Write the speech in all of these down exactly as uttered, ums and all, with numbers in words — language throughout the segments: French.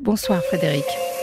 Bonsoir Frédéric.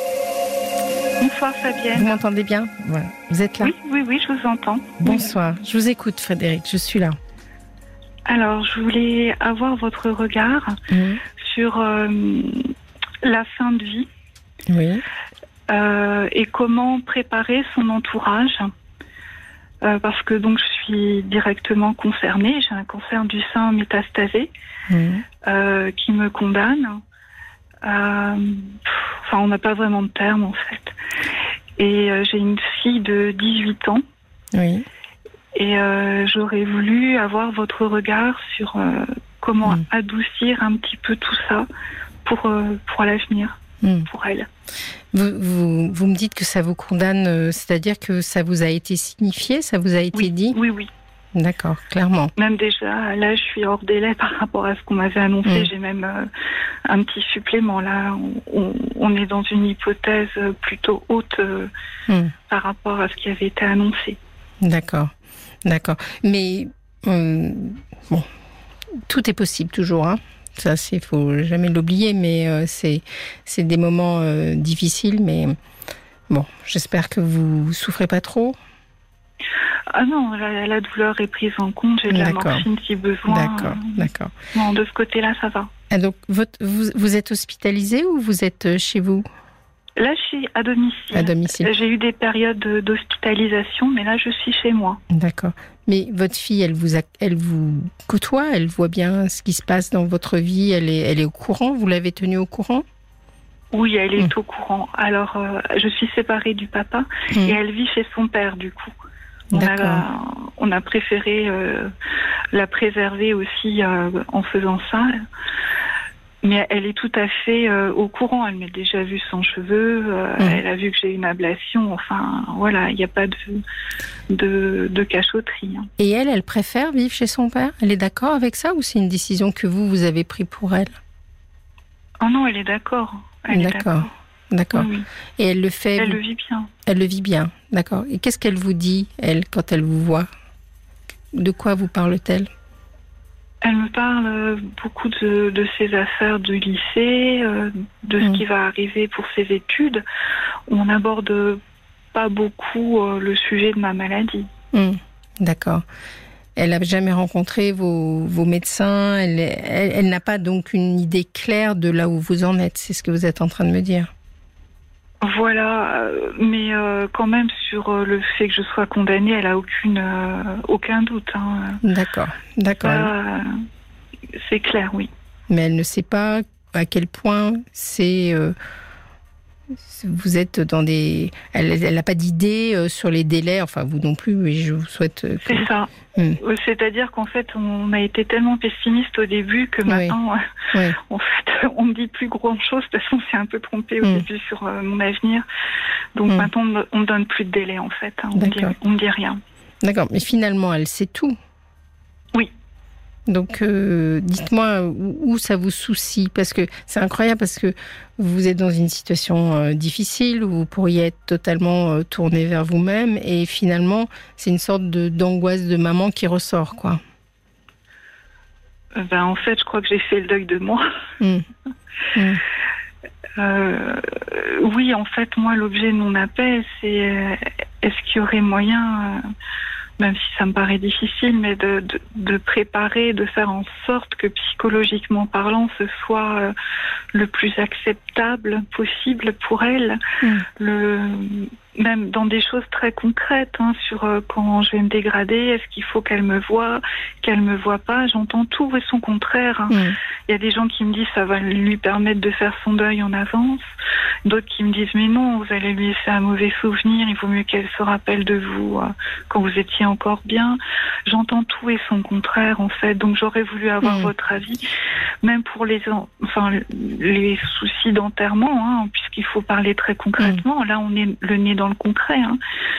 Bonsoir Fabienne. Vous m'entendez bien ? Voilà. Vous êtes là ? Oui, oui, oui, je vous entends. Bonsoir. Je vous écoute Frédéric, je suis là. Alors, je voulais avoir votre regard mmh. sur euh, la fin de vie. Oui. Euh, et comment préparer son entourage. Euh, parce que donc je suis directement concernée. J'ai un cancer du sein métastasé mmh. euh, qui me condamne. Euh, enfin, on n'a pas vraiment de terme en fait. Et euh, j'ai une fille de dix-huit ans. Oui. Et euh, j'aurais voulu avoir votre regard sur euh, comment mmh. adoucir un petit peu tout ça pour, euh, pour l'avenir, mmh. pour elle. Vous, vous, vous me dites que ça vous condamne, euh, c'est-à-dire que ça vous a été signifié, ça vous a été oui, dit ? Oui, oui. D'accord, clairement. Même déjà, là, je suis hors délai par rapport à ce qu'on m'avait annoncé. Mmh. J'ai même euh, un petit supplément. Là, on, on est dans une hypothèse plutôt haute euh, mmh. par rapport à ce qui avait été annoncé. D'accord, d'accord. Mais euh, bon, tout est possible toujours, hein. Ça, c'est, faut jamais l'oublier. Mais euh, c'est, c'est des moments euh, difficiles. Mais bon, j'espère que vous souffrez pas trop. Ah non, la, la douleur est prise en compte, j'ai de la d'accord. morphine si besoin. D'accord, d'accord. Non, de ce côté-là, ça va. Et donc, votre, vous, vous êtes hospitalisé ou vous êtes chez vous ? Là, je suis à domicile. À domicile. J'ai eu des périodes d'hospitalisation, mais là, je suis chez moi. D'accord. Mais votre fille, elle vous, a, elle vous côtoie, elle voit bien ce qui se passe dans votre vie, elle est, elle est au courant, vous l'avez tenue au courant ? Oui, elle est mmh. au courant. Alors, euh, je suis séparée du papa mmh. et elle vit chez son père, du coup. On a, on a préféré euh, la préserver aussi euh, en faisant ça. Mais elle est tout à fait euh, au courant. Elle m'a déjà vu sans cheveux. Euh, mmh. Elle a vu que j'ai une ablation. Enfin, voilà, il n'y a pas de, de, de cachotterie. Hein. Et elle, elle préfère vivre chez son père ? Elle est d'accord avec ça ou c'est une décision que vous, vous avez prise pour elle ? Oh non, elle est d'accord. Elle d'accord. Est d'accord. D'accord. Oui, oui. Et elle le fait... Elle vous... le vit bien. Elle le vit bien, d'accord. Et qu'est-ce qu'elle vous dit, elle, quand elle vous voit ? De quoi vous parle-t-elle ? Elle me parle beaucoup de, de ses affaires de lycée, euh, de mmh. ce qui va arriver pour ses études. On n'aborde pas beaucoup euh, le sujet de ma maladie. Mmh. D'accord. Elle n'a jamais rencontré vos, vos médecins. Elle, elle, elle n'a pas donc une idée claire de là où vous en êtes. C'est ce que vous êtes en train de me dire. Voilà, euh, mais euh, quand même sur euh, le fait que je sois condamnée, elle a aucune, euh, aucun doute. Hein. D'accord, d'accord. Ça, c'est clair, oui. Mais elle ne sait pas à quel point c'est. Euh, vous êtes dans des. Elle n'a pas d'idée euh, sur les délais. Enfin, vous non plus. Mais je vous souhaite. Que... C'est ça. Hum. C'est-à-dire qu'en fait, on a été tellement pessimiste au début que maintenant, oui. Oui. en fait, on me dit plus grand-chose parce qu'on s'est un peu trompé au hum. début sur euh, mon avenir. Donc hum. maintenant, on me donne plus de délai en fait. Hein. On ne me dit rien. D'accord. Mais finalement, elle sait tout. Oui. Donc, euh, dites-moi où, où ça vous soucie, parce que c'est incroyable, parce que vous êtes dans une situation euh, difficile où vous pourriez être totalement euh, tourné vers vous-même, et finalement, c'est une sorte de, d'angoisse de maman qui ressort, quoi. Euh, ben, en fait, je crois que j'ai fait le deuil de moi. Mmh. Mmh. Euh, oui, en fait, moi, l'objet de mon appel, c'est euh, est-ce qu'il y aurait moyen... Euh, même si ça me paraît difficile, mais de, de, de préparer, de faire en sorte que psychologiquement parlant, ce soit euh, le plus acceptable possible pour elle. Mmh. Le, même dans des choses très concrètes, hein, sur euh, quand je vais me dégrader, est-ce qu'il faut qu'elle me voie, qu'elle me voie pas. J'entends tout et son contraire. Hein. Mmh. Il y a des gens qui me disent ça va lui permettre de faire son deuil en avance. D'autres qui me disent mais non, vous allez lui laisser un mauvais souvenir, il vaut mieux qu'elle se rappelle de vous euh, quand vous étiez encore bien. J'entends tout et son contraire en fait, donc j'aurais voulu avoir mmh. votre avis, même pour les, enfin, les soucis d'enterrement, hein, puisqu'il faut parler très concrètement. Mmh. Là, on est le nez dans le concret. Hein.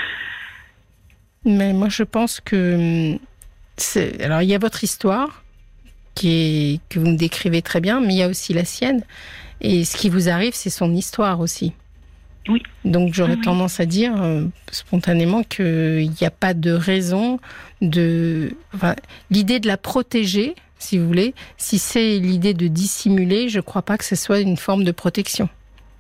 Mais moi, je pense que c'est... alors il y a votre histoire qui est... que vous me décrivez très bien, mais il y a aussi la sienne. Et ce qui vous arrive, c'est son histoire aussi. Oui. Donc j'aurais oui. tendance à dire euh, spontanément qu'il n'y a pas de raison de... Enfin, l'idée de la protéger, si vous voulez, si c'est l'idée de dissimuler, je ne crois pas que ce soit une forme de protection.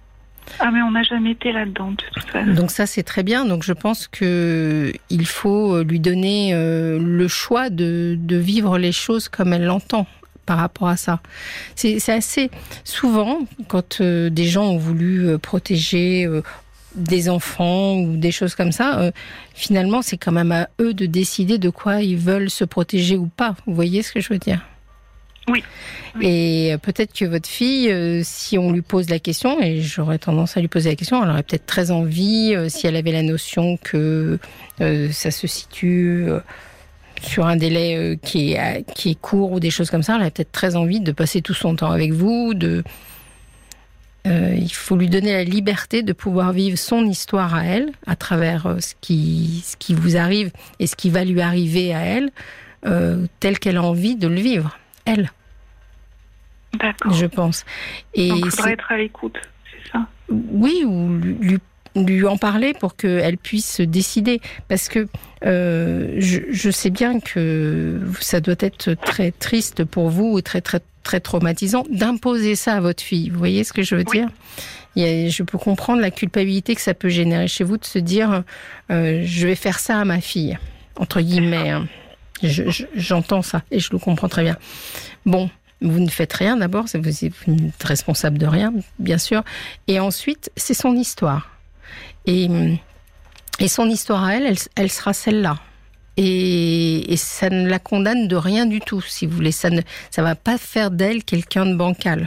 Ah, mais on n'a jamais été là-dedans, de toute façon. Donc ça, c'est très bien. Donc je pense qu'il faut lui donner euh, le choix de, de vivre les choses comme elle l'entend par rapport à ça. C'est, c'est assez souvent, quand euh, des gens ont voulu euh, protéger euh, des enfants ou des choses comme ça, euh, finalement, c'est quand même à eux de décider de quoi ils veulent se protéger ou pas. Vous voyez ce que je veux dire ? Oui. oui. Et peut-être que votre fille, euh, si on lui pose la question, et j'aurais tendance à lui poser la question, elle aurait peut-être très envie, euh, si elle avait la notion que euh, ça se situe euh, sur un délai euh, qui, est, qui est court ou des choses comme ça, elle aurait peut-être très envie de passer tout son temps avec vous. De, euh, il faut lui donner la liberté de pouvoir vivre son histoire à elle, à travers euh, ce, qui, ce qui vous arrive et ce qui va lui arriver à elle, euh, tel qu'elle a envie de le vivre. Elle. D'accord. Je pense. Et donc, il faudrait être à l'écoute, c'est ça ? Oui, ou lui, lui en parler pour qu'elle puisse décider. Parce que euh, je, je sais bien que ça doit être très triste pour vous, très, très, très traumatisant, d'imposer ça à votre fille. Vous voyez ce que je veux oui. dire ? Il y a, je peux comprendre la culpabilité que ça peut générer chez vous de se dire euh, je vais faire ça à ma fille, entre guillemets. Hein. Je, je, j'entends ça et je le comprends très bien. Bon, vous ne faites rien d'abord, vous n'êtes responsable de rien, bien sûr. Et ensuite, c'est son histoire. Et, et son histoire à elle, elle, elle sera celle-là. Et, et ça ne la condamne de rien du tout, si vous voulez. Ça ne ça va pas faire d'elle quelqu'un de bancal.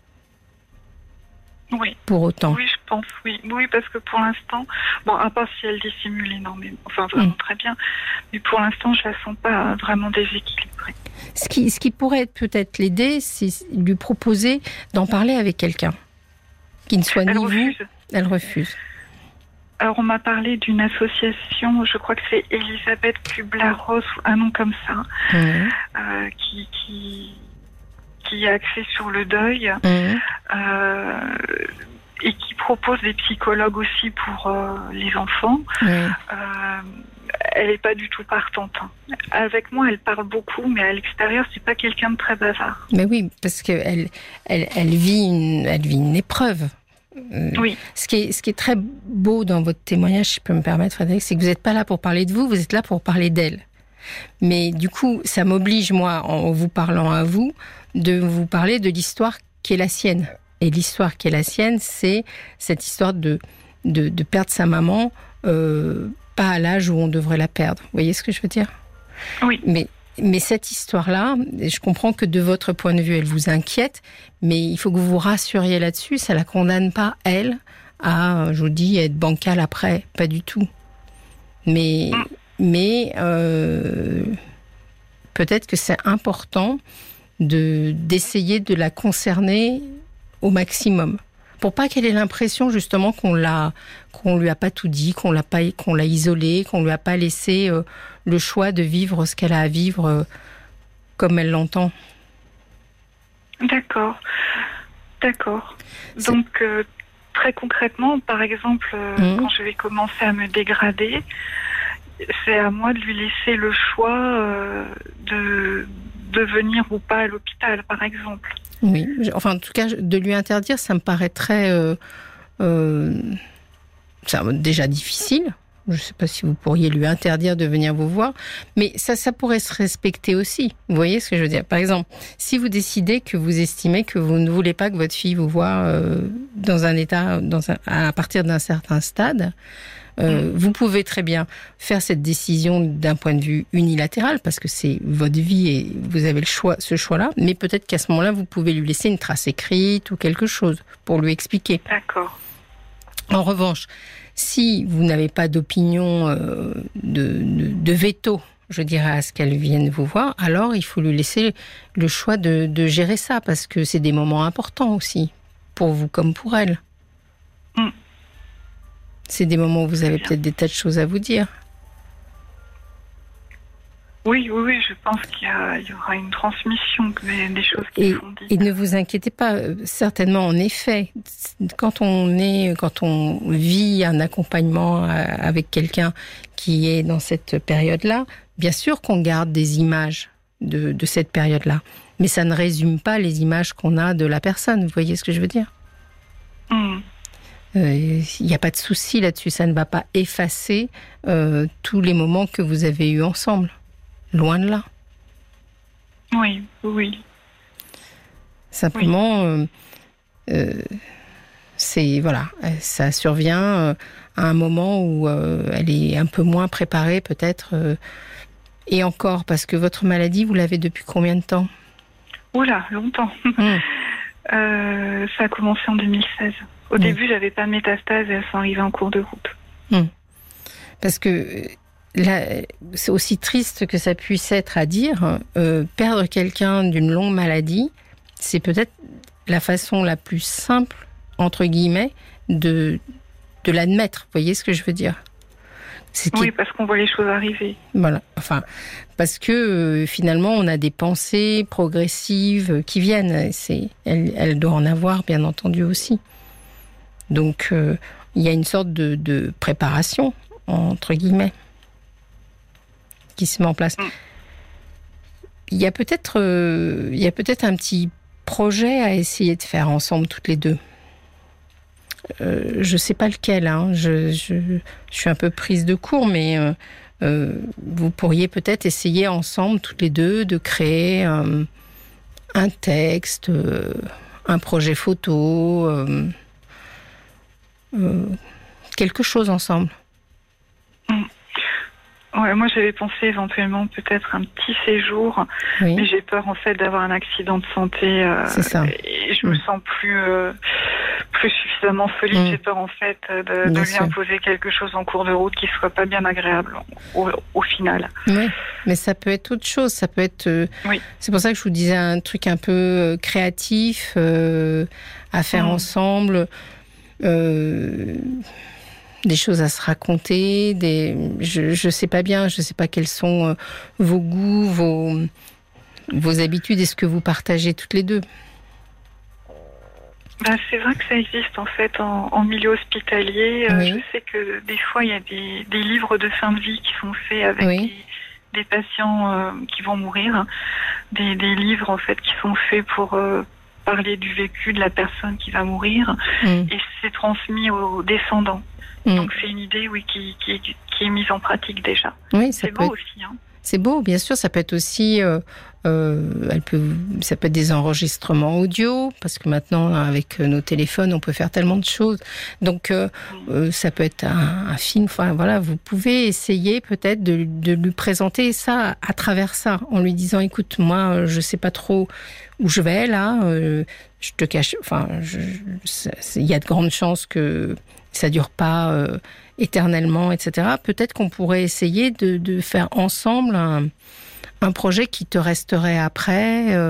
Oui. Pour autant. Oui, je pense, oui. Oui, parce que pour l'instant, bon, à part si elle dissimule énormément, enfin vraiment mmh. très bien, mais pour l'instant, je la sens pas vraiment déséquilibrée. Ce qui, ce qui pourrait peut-être l'aider, c'est lui proposer d'en parler avec quelqu'un qui ne soit elle ni refuse. vous. Elle refuse. Alors, on m'a parlé d'une association, je crois que c'est Elisabeth Kubler-Ross, un nom comme ça, mmh. euh, qui... qui qui est axée sur le deuil mmh. euh, et qui propose des psychologues aussi pour euh, les enfants. Mmh. Euh, elle n'est pas du tout partante. Avec moi, elle parle beaucoup, mais à l'extérieur, c'est pas quelqu'un de très bavard. Mais oui, parce qu'elle elle, elle vit une, elle vit une épreuve. Oui. Ce qui est, ce qui est très beau dans votre témoignage, si je peux me permettre, Frédéric, c'est que vous n'êtes pas là pour parler de vous, vous êtes là pour parler d'elle. Mais du coup, ça m'oblige, moi, en vous parlant à vous, de vous parler de l'histoire qui est la sienne. Et l'histoire qui est la sienne, c'est cette histoire de, de, de perdre sa maman, euh, pas à l'âge où on devrait la perdre. Vous voyez ce que je veux dire ? Oui. Mais, mais cette histoire-là, je comprends que de votre point de vue, elle vous inquiète, mais il faut que vous vous rassuriez là-dessus. Ça ne la condamne pas, elle, à, je vous dis, être bancale après. Pas du tout. Mais... Mm. Mais euh, peut-être que c'est important de, d'essayer de la concerner au maximum. Pour pas qu'elle ait l'impression justement qu'on l'a, qu'on lui a pas tout dit, qu'on l'a pas, qu'on l'a isolée, qu'on lui a pas laissé euh, le choix de vivre ce qu'elle a à vivre euh, comme elle l'entend. D'accord, d'accord. C'est... Donc euh, très concrètement, par exemple, euh, mmh. quand je vais commencer à me dégrader, c'est à moi de lui laisser le choix euh, de, de venir ou pas à l'hôpital, par exemple. Oui, enfin en tout cas, de lui interdire, ça me paraît très... Euh, euh, c'est déjà difficile. Je ne sais pas si vous pourriez lui interdire de venir vous voir, mais ça, ça pourrait se respecter aussi. Vous voyez ce que je veux dire ? Par exemple, si vous décidez que vous estimez que vous ne voulez pas que votre fille vous voie euh, dans un état, dans un, à partir d'un certain stade, Euh, vous pouvez très bien faire cette décision d'un point de vue unilatéral parce que c'est votre vie et vous avez le choix, ce choix-là. Mais peut-être qu'à ce moment-là, vous pouvez lui laisser une trace écrite ou quelque chose pour lui expliquer. D'accord. En revanche, si vous n'avez pas d'opinion, euh, de, de, de veto, je dirais, à ce qu'elle vienne vous voir, alors il faut lui laisser le choix de, de gérer ça parce que c'est des moments importants aussi, pour vous comme pour elle. Mm. C'est des moments où vous avez peut-être des tas de choses à vous dire. Oui, oui, oui, je pense qu'il y, a, il y aura une transmission des, des choses qui et, sont dites. Et ne vous inquiétez pas, certainement, en effet, quand on est, quand on vit un accompagnement avec quelqu'un qui est dans cette période-là, bien sûr qu'on garde des images de, de cette période-là, mais ça ne résume pas les images qu'on a de la personne. Vous voyez ce que je veux dire ? Mmh. il n'y a pas de souci là-dessus. Ça ne va pas effacer euh, tous les moments que vous avez eus ensemble. Loin de là. Oui, oui. Simplement, oui. Euh, euh, c'est voilà, ça survient euh, à un moment où euh, elle est un peu moins préparée, peut-être. Euh, et encore, parce que votre maladie, vous l'avez depuis combien de temps ? Oula, longtemps. Mmh. euh, ça a commencé en deux mille seize. Au mmh. début, j'avais pas de métastase et elles sont arrivées en cours de route. Mmh. Parce que là, c'est aussi triste que ça puisse être à dire, euh, perdre quelqu'un d'une longue maladie, c'est peut-être la façon la plus simple, entre guillemets, de, de l'admettre. Vous voyez ce que je veux dire ? C'est oui, parce qu'on voit les choses arriver. Voilà. Enfin, parce que euh, finalement, on a des pensées progressives qui viennent. C'est, elle, elle doit en avoir, bien entendu, aussi. Donc, euh, il y a une sorte de, de préparation, entre guillemets, qui se met en place. Mm. Il y a peut-être, euh, il y a peut-être un petit projet à essayer de faire ensemble, toutes les deux. Euh, je ne sais pas lequel, hein. je, je, je suis un peu prise de court, mais euh, euh, vous pourriez peut-être essayer ensemble, toutes les deux, de créer euh, un texte, euh, un projet photo, euh, euh, quelque chose ensemble. Mmh. Ouais, moi, j'avais pensé éventuellement peut-être un petit séjour, oui. mais j'ai peur en fait d'avoir un accident de santé. Euh, C'est ça. Et je mmh. me sens plus... Euh, plus suffisamment solide, mmh. j'ai peur en fait de, de lui sûr. imposer quelque chose en cours de route qui soit pas bien agréable au, au final. Oui, mais ça peut être autre chose, ça peut être... Euh, oui. C'est pour ça que je vous disais un truc un peu créatif euh, à faire mmh. ensemble, euh, des choses à se raconter, des, je, je sais pas bien, je sais pas quels sont euh, vos goûts, vos, vos habitudes, est-ce que vous partagez toutes les deux ? Ben, c'est vrai que ça existe en fait en, en milieu hospitalier. Euh, oui. Je sais que des fois il y a des, des livres de fin de vie qui sont faits avec oui. des, des patients euh, qui vont mourir, des, des livres en fait qui sont faits pour euh, parler du vécu de la personne qui va mourir mm. et c'est transmis aux descendants. Mm. Donc c'est une idée oui qui, qui, qui est mise en pratique déjà. Oui, ça c'est peut beau être... aussi. Hein. C'est beau, bien sûr. Ça peut être aussi, euh, euh, elle peut, ça peut être des enregistrements audio, parce que maintenant, avec nos téléphones, on peut faire tellement de choses. Donc, euh, euh, ça peut être un, un film. Enfin, voilà, vous pouvez essayer peut-être de, de lui présenter ça à travers ça, en lui disant, écoute, moi, je sais pas trop où je vais là. Euh, je te cache. Enfin, il y a de grandes chances que ça dure pas. Euh, éternellement, et cetera. Peut-être qu'on pourrait essayer de, de faire ensemble un, un projet qui te resterait après euh,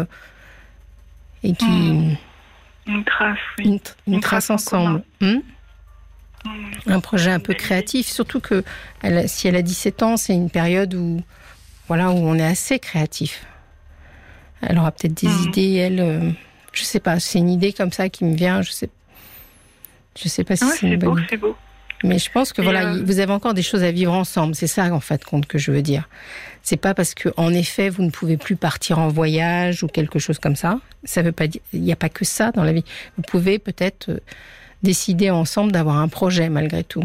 et qui... Mmh. Une trace, oui. Une, une, une trace, trace ensemble. Mmh mmh. Un projet un peu créatif, surtout que elle, si elle a dix-sept ans, c'est une période où, voilà, où on est assez créatif. Elle aura peut-être des mmh. idées, elle... Euh, je sais pas, c'est une idée comme ça qui me vient, je sais, je sais pas si ouais, c'est, c'est une bonne beau, idée. C'est beau. Mais je pense que et voilà, euh... vous avez encore des choses à vivre ensemble. C'est ça, en fait, compte que je veux dire. C'est pas parce que, en effet, vous ne pouvez plus partir en voyage ou quelque chose comme ça. Ça veut pas dire, il n'y a pas que ça dans la vie. Vous pouvez peut-être euh, décider ensemble d'avoir un projet malgré tout.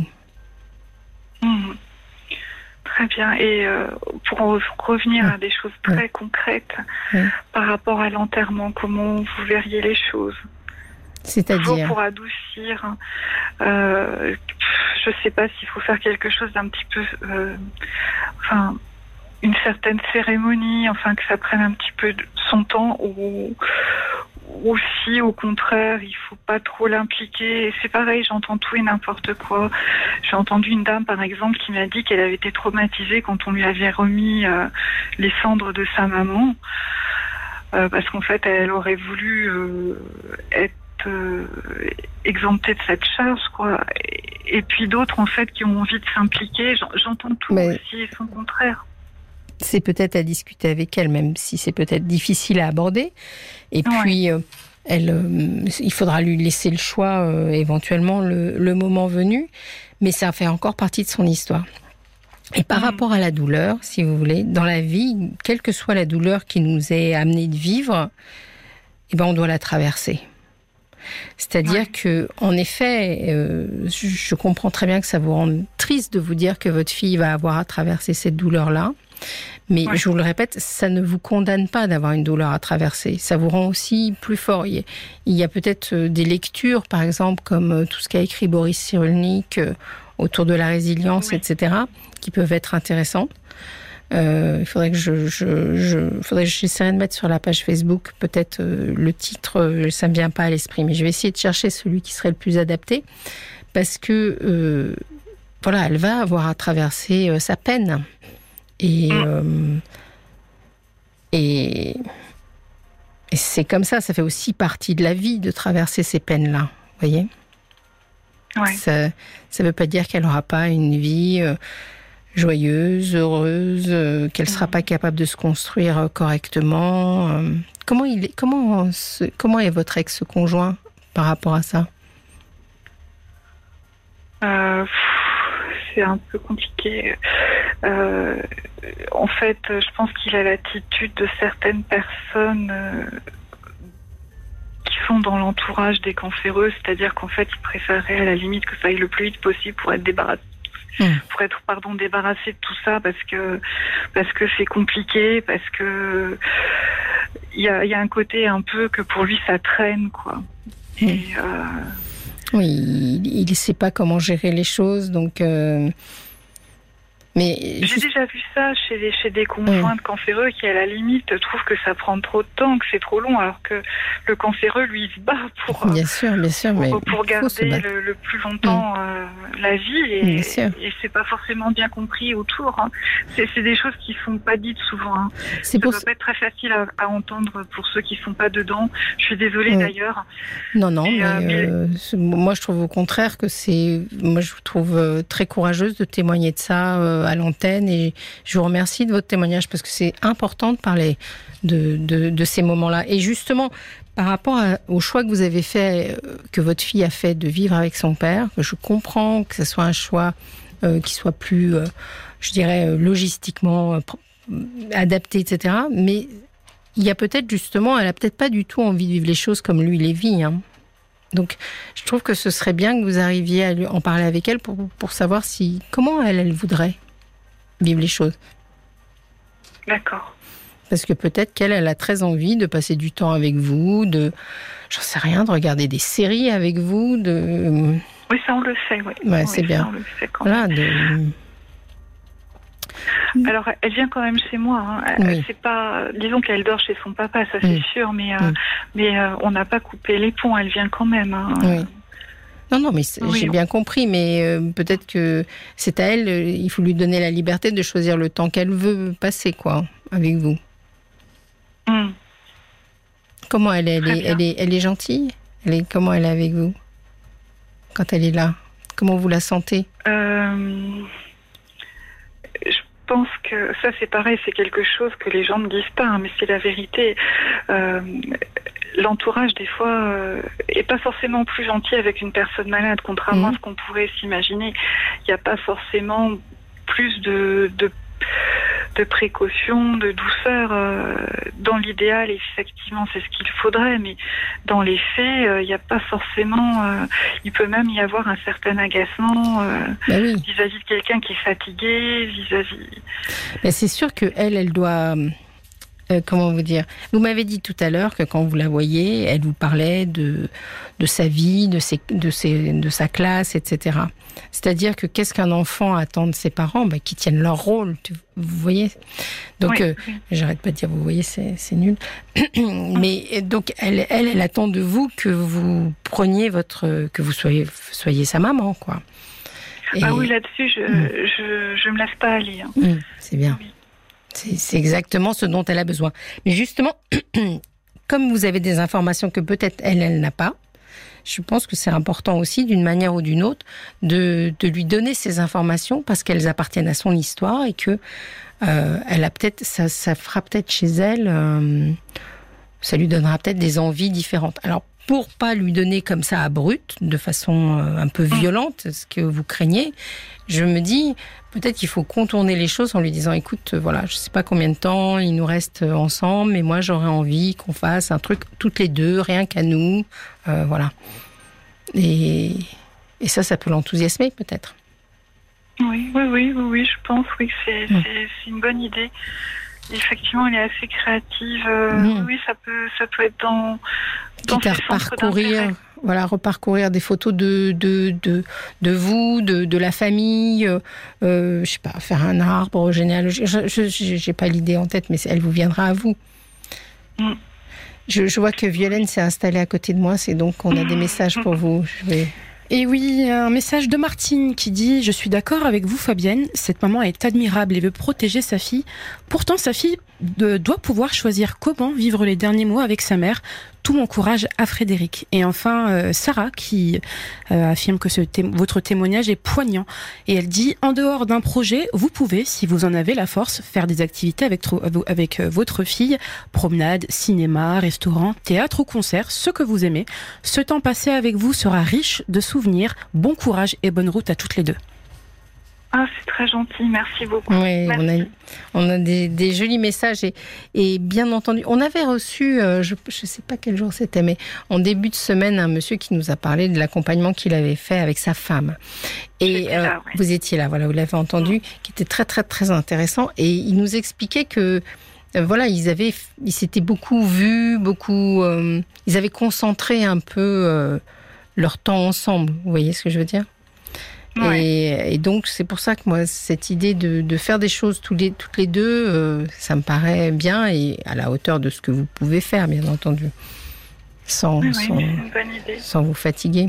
Mmh. Très bien. Et euh, pour revenir mmh. à des choses très mmh. concrètes mmh. par rapport à l'enterrement, comment vous verriez les choses? C'est-à-dire pour adoucir. Euh, je ne sais pas s'il faut faire quelque chose d'un petit peu, euh, enfin, une certaine cérémonie, enfin que ça prenne un petit peu son temps, ou, ou si au contraire il faut pas trop l'impliquer. Et c'est pareil, j'entends tout et n'importe quoi. J'ai entendu une dame par exemple qui m'a dit qu'elle avait été traumatisée quand on lui avait remis euh, les cendres de sa maman, euh, parce qu'en fait elle aurait voulu euh, être Euh, exemptés de cette charge, quoi. Et, et puis d'autres, en fait, qui ont envie de s'impliquer. J'entends tout Mais aussi et son contraire. C'est peut-être à discuter avec elle, même si c'est peut-être difficile à aborder. Et puis, ouais. euh, elle, euh, il faudra lui laisser le choix, euh, éventuellement, le, le moment venu. Mais ça fait encore partie de son histoire. Et par mmh. rapport à la douleur, si vous voulez, dans la vie, quelle que soit la douleur qui nous est amenée de vivre, eh ben, on doit la traverser. C'est-à-dire ouais. que, en effet, euh, je, je comprends très bien que ça vous rende triste de vous dire que votre fille va avoir à traverser cette douleur-là. Mais ouais. je vous le répète, ça ne vous condamne pas d'avoir une douleur à traverser. Ça vous rend aussi plus fort. Il y a, il y a peut-être des lectures, par exemple, comme tout ce qu'a écrit Boris Cyrulnik euh, autour de la résilience, oui. et cetera, qui peuvent être intéressantes. Euh, il faudrait que je, je, je, faudrait que j'essaierai de mettre sur la page Facebook peut-être euh, le titre, euh, ça me vient pas à l'esprit, mais je vais essayer de chercher celui qui serait le plus adapté, parce que euh, voilà, elle va avoir à traverser euh, sa peine et euh, et, et c'est comme ça, ça fait aussi partie de la vie de traverser ces peines-là, vous voyez. Ouais. Ça, ça veut pas dire qu'elle aura pas une vie euh, joyeuse, heureuse, euh, qu'elle sera pas capable de se construire euh, correctement. Euh, comment il est, comment, ce, comment est votre ex-conjoint par rapport à ça? euh, C'est un peu compliqué. Euh, en fait, je pense qu'il a l'attitude de certaines personnes euh, qui sont dans l'entourage des cancéreux, c'est-à-dire qu'en fait, il préférerait à la limite que ça aille le plus vite possible pour être débarrassé. Mmh. Pour être pardon débarrassé de tout ça parce que parce que c'est compliqué, parce que il y a, y a un côté un peu que pour lui ça traîne quoi. Mmh. Et euh... oui, il ne sait pas comment gérer les choses, donc euh... mais j'ai juste... déjà vu ça chez les, chez des conjoints mmh. de cancéreux qui à la limite trouvent que ça prend trop de temps, que c'est trop long, alors que le cancéreux lui il se bat pour bien sûr, bien sûr, pour, mais pour garder le, le plus longtemps mmh. euh, la vie et, et c'est pas forcément bien compris autour. Hein. C'est, c'est des choses qui sont pas dites souvent. Hein. C'est ça pour... doit pas être très facile à, à entendre pour ceux qui sont pas dedans. Je suis désolée mmh. d'ailleurs. Non, non, et, mais, euh, mais... Euh, moi je trouve au contraire que c'est, moi je vous trouve euh, très courageuse de témoigner de ça euh, à l'antenne et je vous remercie de votre témoignage parce que c'est important de parler de, de, de ces moments-là. Et justement, par rapport à, au choix que vous avez fait, que votre fille a fait de vivre avec son père, que je comprends que ce soit un choix euh, qui soit plus, euh, je dirais, logistiquement euh, adapté, et cetera. Mais il y a peut-être justement, elle a peut-être pas du tout envie de vivre les choses comme lui les vit. Hein. Donc, je trouve que ce serait bien que vous arriviez à lui en parler avec elle pour, pour savoir si comment elle, elle voudrait vivre les choses. D'accord. Parce que peut-être qu'elle, elle a très envie de passer du temps avec vous, de, j'en sais rien, de regarder des séries avec vous, de... Oui, ça on le sait, oui. Ouais, oui c'est bien. On le sait quand voilà, même. De... Alors, elle vient quand même chez moi. Hein. Oui. C'est pas, disons qu'elle dort chez son papa, ça c'est mmh. sûr, mais, euh, mmh. mais euh, on n'a pas coupé les ponts. Elle vient quand même. Hein. Oui. Non, non, mais oui, j'ai bien compris, mais euh, peut-être que c'est à elle, euh, il faut lui donner la liberté de choisir le temps qu'elle veut passer, quoi, avec vous. Mmh. Comment elle est, elle est, elle est, elle est gentille. Elle est, comment elle est avec vous quand elle est là? Comment vous la sentez? euh, Je pense que ça, c'est pareil, c'est quelque chose que les gens ne disent pas, hein, mais c'est la vérité. Euh, L'entourage, des fois, euh, est pas forcément plus gentil avec une personne malade, contrairement mmh. à ce qu'on pourrait s'imaginer. Il n'y a pas forcément plus de, de, de précautions, de douceur. Euh, dans l'idéal, effectivement, c'est ce qu'il faudrait, mais dans les faits, il euh, n'y a pas forcément... Euh, il peut même y avoir un certain agacement euh, bah oui. vis-à-vis de quelqu'un qui est fatigué, vis-à-vis... Mais c'est sûr qu'elle, elle doit... Euh, comment vous dire? Vous m'avez dit tout à l'heure que quand vous la voyez, elle vous parlait de, de sa vie, de, ses, de, ses, de sa classe, et cetera. C'est-à-dire que qu'est-ce qu'un enfant attend de ses parents? Ben, qu'ils tiennent leur rôle, tu, vous voyez. Donc, oui, euh, oui. j'arrête pas de dire, vous voyez, c'est, c'est nul. Mais donc, elle, elle, elle attend de vous que vous preniez votre, que vous soyez, soyez sa maman, quoi. Et... Ah oui, là-dessus, je, mmh. je, je me laisse pas aller. Hein. Mmh, c'est bien. Oui. C'est, c'est exactement ce dont elle a besoin. Mais justement, comme vous avez des informations que peut-être elle, elle n'a pas, je pense que c'est important aussi, d'une manière ou d'une autre, de, de lui donner ces informations parce qu'elles appartiennent à son histoire et que euh, elle a peut-être, ça, ça fera peut-être chez elle, euh, ça lui donnera peut-être des envies différentes. Alors, pour pas lui donner comme ça à brut, de façon un peu violente, ce que vous craignez, je me dis, peut-être qu'il faut contourner les choses en lui disant, écoute, voilà, je sais pas combien de temps il nous reste ensemble, mais moi j'aurais envie qu'on fasse un truc toutes les deux, rien qu'à nous, euh, voilà. Et, et ça, ça peut l'enthousiasmer peut-être. Oui, oui, oui, oui, oui, je pense oui, que c'est, mmh. c'est, c'est une bonne idée. Effectivement, elle est assez créative. Euh, mmh. Oui, ça peut, ça peut être dans, dans Quitte à reparcourir, voilà, reparcourir des photos de, de, de, de vous, de, de la famille, euh, je sais pas, faire un arbre généalogique. Je n'ai pas l'idée en tête, mais elle vous viendra à vous. Mmh. Je, je vois que Violaine s'est installée à côté de moi, c'est donc qu'on a des messages pour vous. Je vais... Et oui, un message de Martine qui dit « Je suis d'accord avec vous Fabienne, cette maman est admirable et veut protéger sa fille. Pourtant, sa fille de, doit pouvoir choisir comment vivre les derniers mois avec sa mère. Tout mon courage à Frédéric. » Et enfin, euh, Sarah qui euh, affirme que ce té- votre témoignage est poignant. Et elle dit « En dehors d'un projet, vous pouvez, si vous en avez la force, faire des activités avec, tro- avec euh, votre fille. Promenade, cinéma, restaurant, théâtre ou concert, ce que vous aimez. Ce temps passé avec vous sera riche de souvenirs. Bon courage et bonne route à toutes les deux. » Ah, c'est très gentil, merci beaucoup. Oui, merci. on a, on a des, des jolis messages et, et bien entendu, on avait reçu, euh, je ne sais pas quel jour c'était, mais en début de semaine, un monsieur qui nous a parlé de l'accompagnement qu'il avait fait avec sa femme. Et euh, là, ouais. Vous étiez là, voilà, vous l'avez entendu, mmh. qui était très très très intéressant. Et il nous expliquait que euh, voilà, ils avaient, ils s'étaient beaucoup vus, beaucoup, euh, ils avaient concentré un peu euh, leur temps ensemble. Vous voyez ce que je veux dire? Ouais. Et, et donc, c'est pour ça que moi, cette idée de, de faire des choses tous les, toutes les deux, euh, ça me paraît bien et à la hauteur de ce que vous pouvez faire, bien entendu, sans, oui, sans, oui, c'est une bonne idée. Sans vous fatiguer.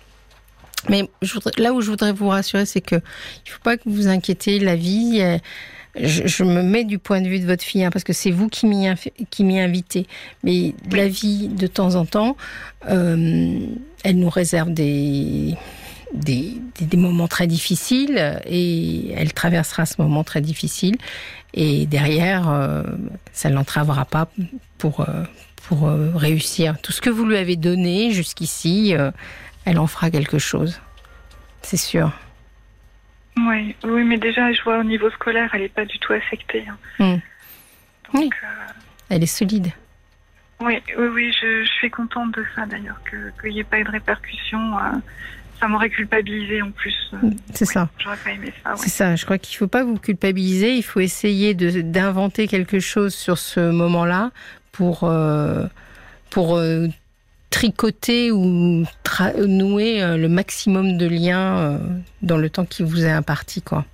Mais je voudrais, là où je voudrais vous rassurer, c'est que il faut pas que vous vous inquiétez. La vie, euh, je, je me mets du point de vue de votre fille, hein, parce que c'est vous qui m'y, qui m'y invitez. Mais oui. La vie, de temps en temps, euh, elle nous réserve des... Des, des, des moments très difficiles et elle traversera ce moment très difficile et derrière euh, ça ne l'entravera pas pour, euh, pour euh, réussir. Tout ce que vous lui avez donné jusqu'ici, euh, elle en fera quelque chose, c'est sûr. Oui, oui, mais déjà je vois au niveau scolaire elle n'est pas du tout affectée. Hein. Mmh. Donc, oui. euh... Elle est solide. Oui, oui, oui, je, je suis contente de ça d'ailleurs, que, qu'il n'y ait pas eu de répercussions. Euh... Ça m'aurait culpabilisé en plus. C'est ouais, ça. J'aurais pas aimé ça. Ouais. C'est ça. Je crois qu'il ne faut pas vous culpabiliser. Il faut essayer de, d'inventer quelque chose sur ce moment-là pour, euh, pour euh, tricoter ou tra- nouer euh, le maximum de liens euh, dans le temps qui vous est imparti, quoi.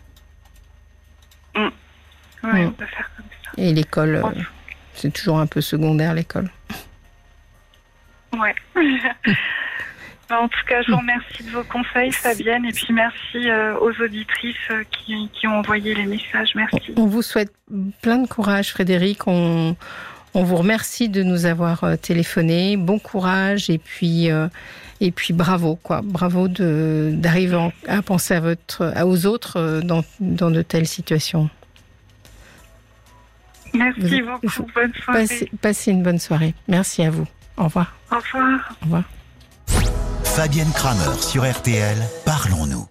Mmh. Ouais, mmh. On peut faire comme ça. Et l'école, euh, c'est toujours un peu secondaire, l'école. Ouais. En tout cas, je vous remercie de vos conseils, Fabienne, et puis merci euh, aux auditrices euh, qui, qui ont envoyé les messages. Merci. On vous souhaite plein de courage, Frédéric. On, on vous remercie de nous avoir euh, téléphoné. Bon courage et puis euh, et puis bravo, quoi. Bravo de d'arriver en, à penser à votre, à, aux autres euh, dans dans de telles situations. Merci vous, beaucoup. Bonne soirée. Passez, passez une bonne soirée. Merci à vous. Au revoir. Au revoir. Au revoir. Fabienne Kramer sur R T L, parlons-nous.